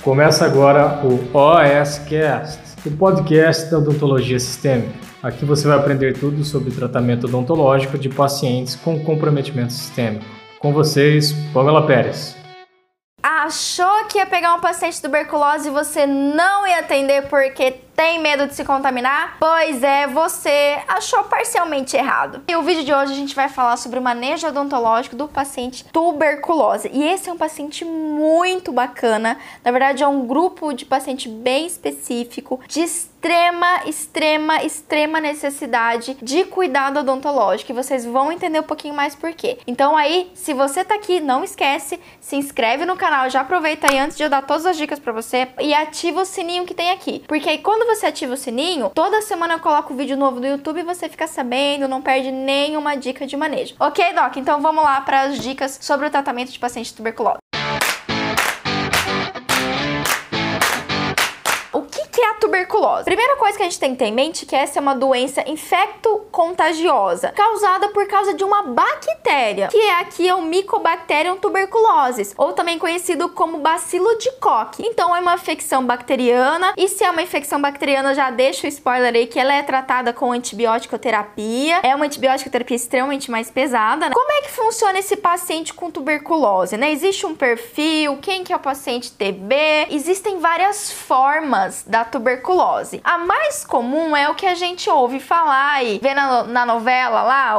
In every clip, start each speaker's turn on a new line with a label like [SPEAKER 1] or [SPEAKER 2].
[SPEAKER 1] Começa agora o OSCast, o podcast da odontologia sistêmica. Aqui você vai aprender tudo sobre tratamento odontológico de pacientes com comprometimento sistêmico. Com vocês, Pamela Pérez.
[SPEAKER 2] Achou que ia pegar um paciente de tuberculose e você não ia atender porque tem medo de se contaminar? Pois é, você achou parcialmente errado. E o vídeo de hoje a gente vai falar sobre o manejo odontológico do paciente tuberculose. E esse é um paciente muito bacana. Na verdade, é um grupo de paciente bem específico, de extrema necessidade de cuidado odontológico. E vocês vão entender um pouquinho mais por quê. Então aí, se você tá aqui, não esquece, se inscreve no canal, já aproveita aí antes de eu dar todas as dicas pra você e ativa o sininho que tem aqui. Porque aí quando você ativa o sininho, toda semana eu coloco vídeo novo no YouTube e você fica sabendo, não perde nenhuma dica de manejo. Ok, Doc? Então vamos lá para as dicas sobre o tratamento de paciente de tuberculose. O que é a tuberculose? Primeira coisa que a gente tem que ter em mente é que essa é uma doença infecto-contagiosa causada por causa de uma bactéria, que é aqui o Mycobacterium tuberculosis, ou também conhecido como bacilo de Koch. Então é uma infecção bacteriana, e se é uma infecção bacteriana, já deixo o spoiler aí que ela é tratada com antibiótico-terapia. É uma antibiótico-terapia extremamente mais pesada, né? Como é que funciona esse paciente com tuberculose, né? Existe um perfil, quem que é o paciente TB? Existem várias formas da tuberculose. A mais comum é o que a gente ouve falar e vê na novela lá,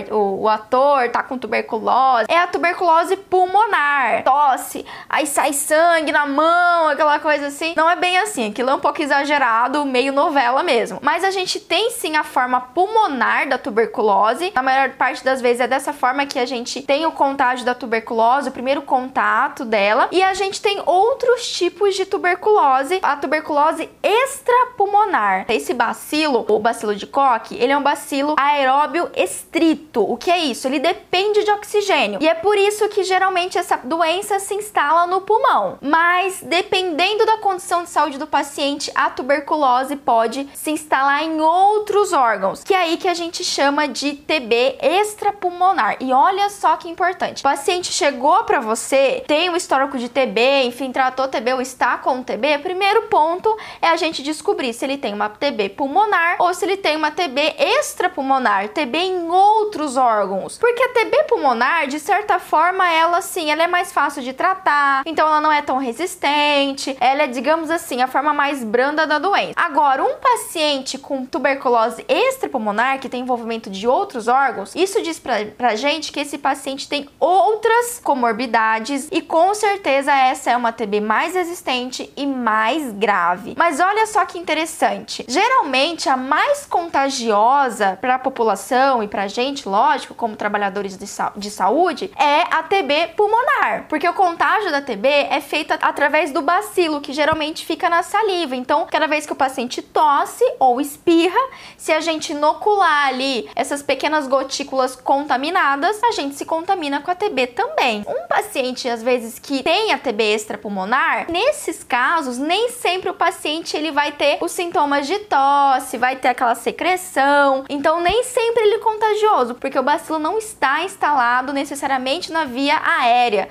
[SPEAKER 2] o ator tá com tuberculose. É a tuberculose pulmonar. Tosse, aí sai sangue na mão, aquela coisa assim. Não é bem assim, aquilo é um pouco exagerado, meio novela mesmo. Mas a gente tem sim a forma pulmonar da tuberculose. Na maior parte das vezes é dessa forma que a gente tem o contágio da tuberculose, o primeiro contato dela. E a gente tem outros tipos de tuberculose. A tuberculose extrapulmonar. Esse bacilo, o bacilo de Koch, ele é um bacilo aeróbio estrito. O que é isso? Ele depende de oxigênio. E é por isso que geralmente essa doença se instala no pulmão. Mas dependendo da condição de saúde do paciente, a tuberculose pode se instalar em outros órgãos, que é aí que a gente chama de TB extrapulmonar. E olha só que importante. O paciente chegou para você, tem um histórico de TB, enfim, tratou TB ou está com TB, primeiro ponto é a gente descobrir se ele tem uma TB pulmonar ou se ele tem uma TB extrapulmonar, TB em outros órgãos. Porque a TB pulmonar, de certa forma, ela é mais fácil de tratar, então ela não é tão resistente, ela é, digamos assim, a forma mais branda da doença. Agora, um paciente com tuberculose extrapulmonar, que tem envolvimento de outros órgãos, isso diz pra gente que esse paciente tem outras comorbidades e com certeza essa é uma TB mais resistente e mais grave. Mas olha só que interessante. Geralmente, a mais contagiosa para a população e para a gente, lógico, como trabalhadores de saúde, é a TB pulmonar. Porque o contágio da TB é feito através do bacilo, que geralmente fica na saliva. Então, cada vez que o paciente tosse ou espirra, se a gente inocular ali essas pequenas gotículas contaminadas, a gente se contamina com a TB também. Um paciente, às vezes, que tem a TB extrapulmonar, nesses casos, nem sempre o paciente ele vai ter os sintomas de tosse, vai ter aquela secreção, então nem sempre ele é contagioso, porque o bacilo não está instalado necessariamente na via aérea.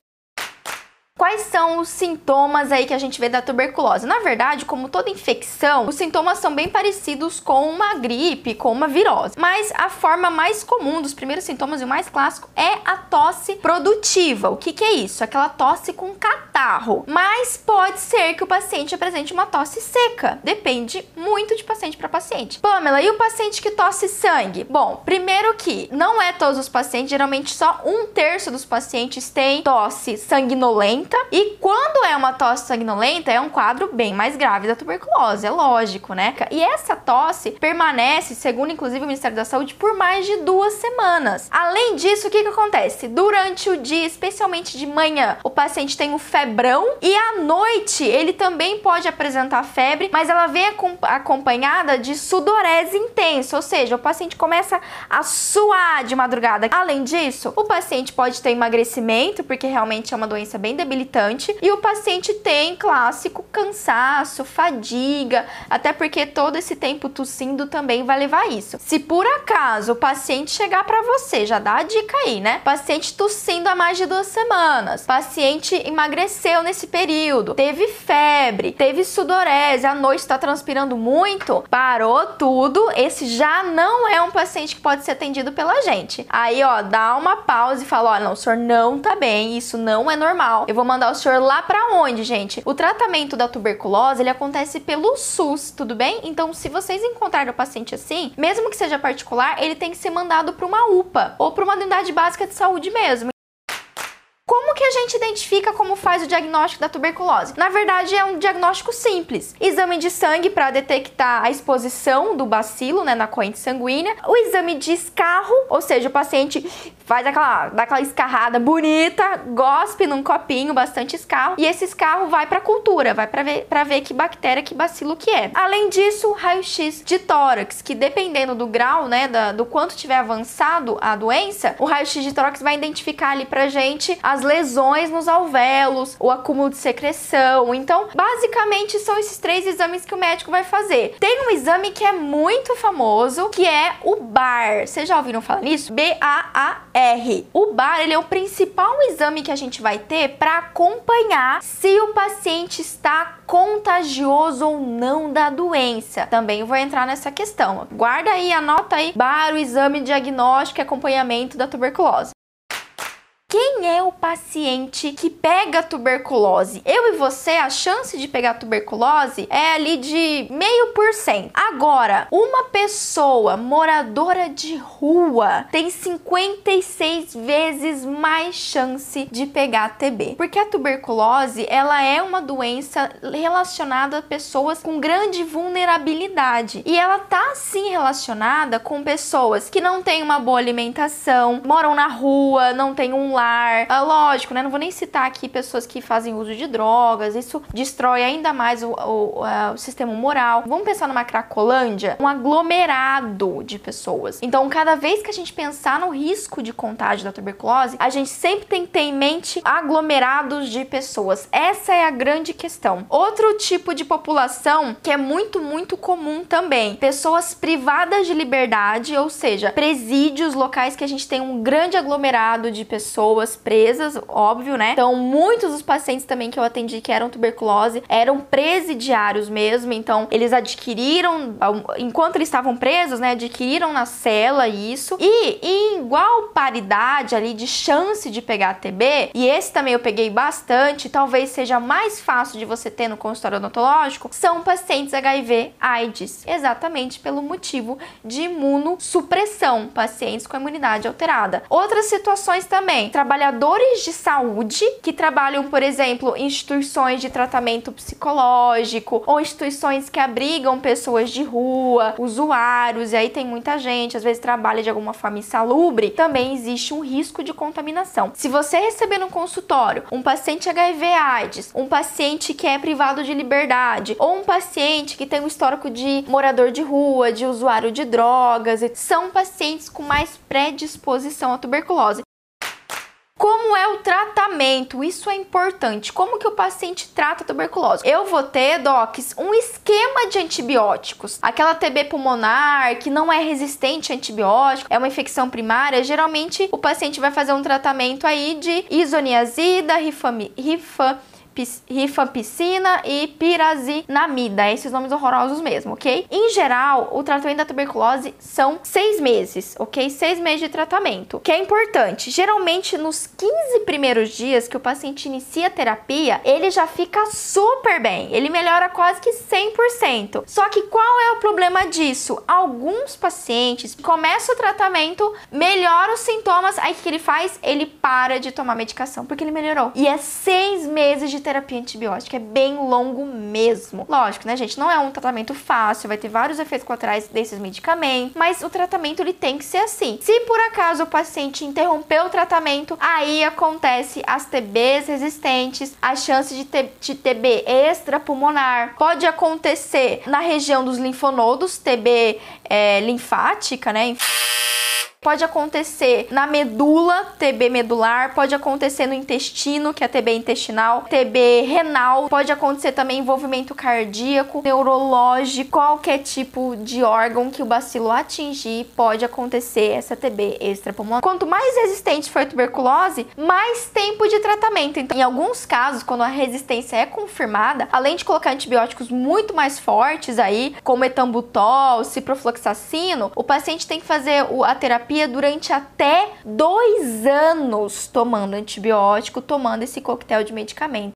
[SPEAKER 2] Quais são os sintomas aí que a gente vê da tuberculose? Na verdade, como toda infecção, os sintomas são bem parecidos com uma gripe, com uma virose. Mas a forma mais comum dos primeiros sintomas e o mais clássico é a tosse produtiva. O que é isso? Aquela tosse com catarro. Mas pode ser que o paciente apresente uma tosse seca. Depende muito de paciente para paciente. Pamela, e o paciente que tosse sangue? Bom, primeiro que não é todos os pacientes, geralmente só 1/3 dos pacientes tem tosse sanguinolenta. E quando é uma tosse sanguinolenta, é um quadro bem mais grave da tuberculose, é lógico, né? E essa tosse permanece, segundo inclusive o Ministério da Saúde, por mais de 2 semanas. Além disso, o que acontece? Durante o dia, especialmente de manhã, o paciente tem um febrão e à noite ele também pode apresentar febre, mas ela vem acompanhada de sudorese intensa, ou seja, o paciente começa a suar de madrugada. Além disso, o paciente pode ter emagrecimento, porque realmente é uma doença bem debilitada, e o paciente tem clássico cansaço, fadiga, até porque todo esse tempo tossindo também vai levar a isso. Se por acaso o paciente chegar para você, já dá a dica aí, né? Paciente tossindo há mais de 2 semanas, paciente emagrecendo aconteceu nesse período, teve febre, teve sudorese, à noite tá transpirando muito, parou tudo, esse já não é um paciente que pode ser atendido pela gente. Aí, ó, dá uma pausa e fala, ó, não, o senhor não tá bem, isso não é normal. Eu vou mandar o senhor lá pra onde, gente? O tratamento da tuberculose, ele acontece pelo SUS, tudo bem? Então, se vocês encontrarem o paciente assim, mesmo que seja particular, ele tem que ser mandado pra uma UPA ou pra uma unidade básica de saúde mesmo. Como que a gente identifica como faz o diagnóstico da tuberculose? Na verdade, é um diagnóstico simples. Exame de sangue para detectar a exposição do bacilo, né, na corrente sanguínea. O exame de escarro, ou seja, o paciente dá aquela escarrada bonita, gospe num copinho, bastante escarro, e esse escarro vai para cultura, vai para ver que bactéria, que bacilo que é. Além disso, raio-x de tórax, que dependendo do grau, né, do quanto tiver avançado a doença, o raio-x de tórax vai identificar ali pra gente as lesões nos alvéolos, o acúmulo de secreção. Então, basicamente, são esses 3 exames que o médico vai fazer. Tem um exame que é muito famoso, que é o BAR. Vocês já ouviram falar nisso? B-A-A-R. O BAR, ele é o principal exame que a gente vai ter para acompanhar se o paciente está contagioso ou não da doença. Também vou entrar nessa questão. Guarda aí, anota aí, BAR, o exame de diagnóstico e acompanhamento da tuberculose. Quem é o paciente que pega tuberculose? Eu e você, a chance de pegar tuberculose é ali de 0,5%. Agora, uma pessoa moradora de rua tem 56 vezes mais chance de pegar TB. Porque a tuberculose, ela é uma doença relacionada a pessoas com grande vulnerabilidade. E ela tá, sim, relacionada com pessoas que não têm uma boa alimentação, moram na rua, não têm um lar. Lógico, né? Não vou nem citar aqui pessoas que fazem uso de drogas, isso destrói ainda mais o sistema moral. Vamos pensar numa Cracolândia, um aglomerado de pessoas. Então, cada vez que a gente pensar no risco de contágio da tuberculose, a gente sempre tem que ter em mente aglomerados de pessoas. Essa é a grande questão. Outro tipo de população que é muito, muito comum também, pessoas privadas de liberdade, ou seja, presídios, locais que a gente tem um grande aglomerado de pessoas presas, óbvio, né? Então, muitos dos pacientes também que eu atendi que eram tuberculose eram presidiários mesmo, então eles adquiriram, enquanto eles estavam presos, né, adquiriram na cela isso, e em igual paridade ali de chance de pegar TB, e esse também eu peguei bastante, talvez seja mais fácil de você ter no consultório odontológico, são pacientes HIV/AIDS, exatamente pelo motivo de imunossupressão, pacientes com a imunidade alterada. Outras situações também, trabalhadores de saúde que trabalham, por exemplo, em instituições de tratamento psicológico ou instituições que abrigam pessoas de rua, usuários, e aí tem muita gente, às vezes trabalha de alguma forma insalubre, também existe um risco de contaminação. Se você receber no consultório um paciente HIV/AIDS, um paciente que é privado de liberdade ou um paciente que tem um histórico de morador de rua, de usuário de drogas, são pacientes com mais predisposição à tuberculose. Como é o tratamento? Isso é importante. Como que o paciente trata a tuberculose? Eu vou ter, docs, um esquema de antibióticos. Aquela TB pulmonar que não é resistente a antibiótico, é uma infecção primária, geralmente o paciente vai fazer um tratamento aí de isoniazida, rifampicina e pirazinamida, esses nomes horrorosos mesmo, ok? Em geral, o tratamento da tuberculose são 6 meses, ok? 6 meses de tratamento, que é importante. Geralmente, nos 15 primeiros dias que o paciente inicia a terapia, ele já fica super bem, ele melhora quase que 100%. Só que qual é o problema disso? Alguns pacientes começam o tratamento, melhoram os sintomas, aí o que ele faz? Ele para de tomar medicação, porque ele melhorou. E é 6 meses de terapia antibiótica, é bem longo mesmo. Lógico, né, gente? Não é um tratamento fácil, vai ter vários efeitos colaterais desses medicamentos, mas o tratamento ele tem que ser assim. Se por acaso o paciente interrompeu o tratamento, aí acontece as TBs resistentes, a chance de TB extrapulmonar. Pode acontecer na região dos linfonodos, TB linfática, né? pode acontecer na medula, TB medular, pode acontecer no intestino, que é TB intestinal, TB renal, pode acontecer também envolvimento cardíaco, neurológico, qualquer tipo de órgão que o bacilo atingir, pode acontecer essa TB extrapulmonar. Quanto mais resistente for a tuberculose, mais tempo de tratamento. Então, em alguns casos, quando a resistência é confirmada, além de colocar antibióticos muito mais fortes aí, como etambutol, ciprofloxacino, o paciente tem que fazer a terapia durante até 2 anos tomando antibiótico, tomando esse coquetel de medicamentos.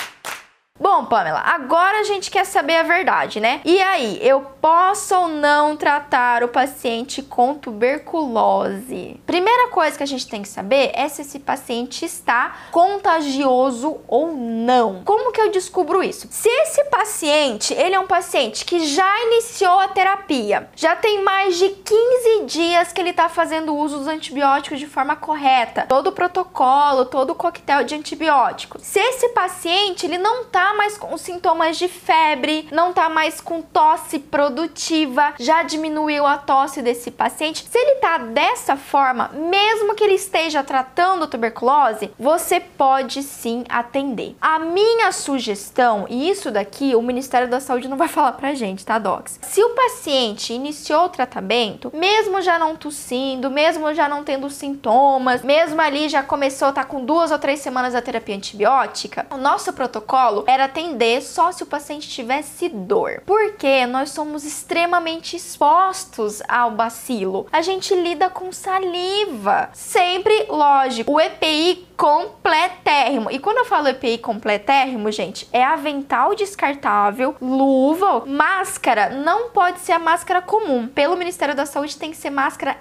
[SPEAKER 2] Bom, Pamela, agora a gente quer saber a verdade, né? E aí, eu posso ou não tratar o paciente com tuberculose? Primeira coisa que a gente tem que saber é se esse paciente está contagioso ou não. Como que eu descubro isso? Se esse paciente, ele é um paciente que já iniciou a terapia, já tem mais de 15 dias que ele está fazendo uso dos antibióticos de forma correta, todo o protocolo, todo o coquetel de antibióticos. Se esse paciente, ele não tá mais com sintomas de febre, não tá mais com tosse produtiva, já diminuiu a tosse desse paciente. Se ele tá dessa forma, mesmo que ele esteja tratando tuberculose, você pode sim atender. A minha sugestão, e isso daqui o Ministério da Saúde não vai falar pra gente, tá, docs? Se o paciente iniciou o tratamento, mesmo já não tossindo, mesmo já não tendo sintomas, mesmo ali já começou, tá com 2 ou 3 semanas da terapia antibiótica, o nosso protocolo era atender só se o paciente tivesse dor, porque nós somos extremamente expostos ao bacilo. A gente lida com saliva, sempre, lógico, o EPI completérrimo. E quando eu falo EPI completérrimo, gente, é avental descartável, luva, máscara, não pode ser a máscara comum. Pelo Ministério da Saúde tem que ser máscara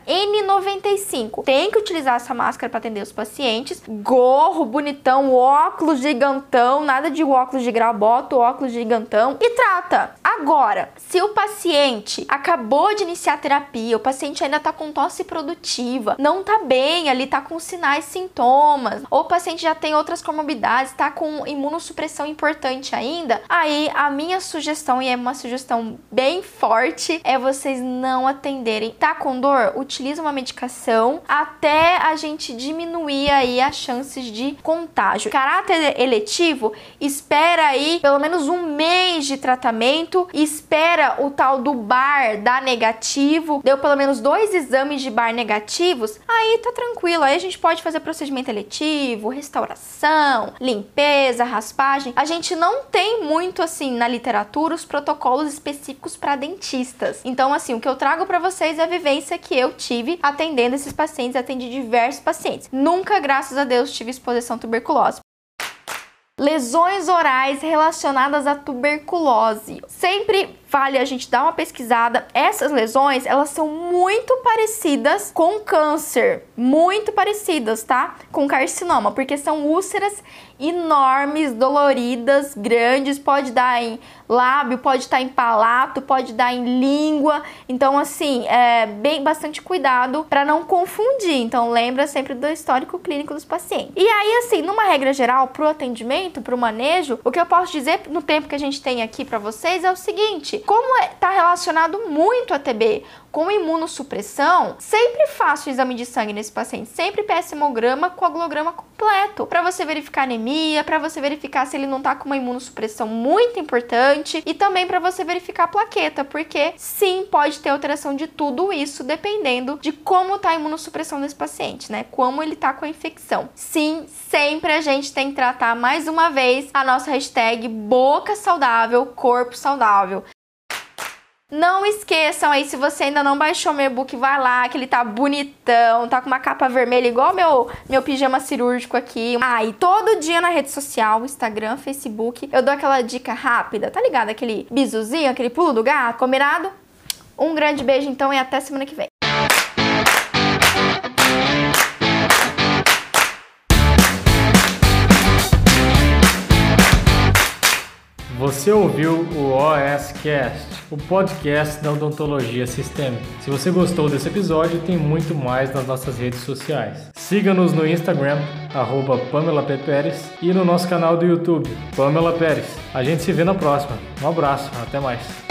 [SPEAKER 2] N95. Tem que utilizar essa máscara para atender os pacientes. Gorro bonitão, óculos gigantão, nada de óculos de grau, bota o óculos gigantão e trata. Agora, se o paciente acabou de iniciar a terapia, o paciente ainda tá com tosse produtiva, não tá bem ali, tá com sinais, sintomas, ou o paciente já tem outras comorbidades, tá com imunossupressão importante ainda, aí a minha sugestão, e é uma sugestão bem forte, é vocês não atenderem. Tá com dor? Utiliza uma medicação até a gente diminuir aí as chances de contágio. Caráter eletivo, espera aí pelo menos 1 mês de tratamento, espera o tal do bar dar negativo, deu pelo menos 2 exames de bar negativos, aí tá tranquilo, aí a gente pode fazer procedimento eletivo, restauração, limpeza, raspagem. A gente não tem muito assim na literatura os protocolos específicos para dentistas. Então assim, o que eu trago para vocês é a vivência que eu tive atendendo esses pacientes, atendi diversos pacientes. Nunca, graças a Deus, tive exposição à tuberculose. Lesões orais relacionadas à tuberculose. Sempre vale a gente dar uma pesquisada. Essas lesões, elas são muito parecidas com câncer, muito parecidas, tá? Com carcinoma, porque são úlceras enormes, doloridas, grandes, pode dar em lábio, pode estar em palato, pode dar em língua. Então, assim, bastante cuidado para não confundir. Então, lembra sempre do histórico clínico dos pacientes. E aí, assim, numa regra geral, pro atendimento, pro manejo, o que eu posso dizer no tempo que a gente tem aqui para vocês é o seguinte: como está relacionado muito a TB com imunossupressão, sempre faço o exame de sangue nesse paciente, sempre peço hemograma, coagulograma completo, para você verificar anemia, para você verificar se ele não tá com uma imunossupressão muito importante e também para você verificar a plaqueta, porque sim, pode ter alteração de tudo isso dependendo de como tá a imunossupressão desse paciente, né? Como ele tá com a infecção. Sim, sempre a gente tem que tratar mais uma vez a nossa hashtag boca saudável, corpo saudável. Não esqueçam aí, se você ainda não baixou meu e-book, vai lá, que ele tá bonitão, tá com uma capa vermelha, igual meu pijama cirúrgico aqui. E todo dia na rede social, Instagram, Facebook, eu dou aquela dica rápida, tá ligado? Aquele bisuzinho, aquele pulo do gato, combinado? Um grande beijo então e até semana que vem.
[SPEAKER 1] Você ouviu o OSCast, o podcast da odontologia sistêmica. Se você gostou desse episódio, tem muito mais nas nossas redes sociais. Siga-nos no Instagram, @PamelaPPeres, e no nosso canal do YouTube, Pamela Pérez. A gente se vê na próxima. Um abraço, até mais.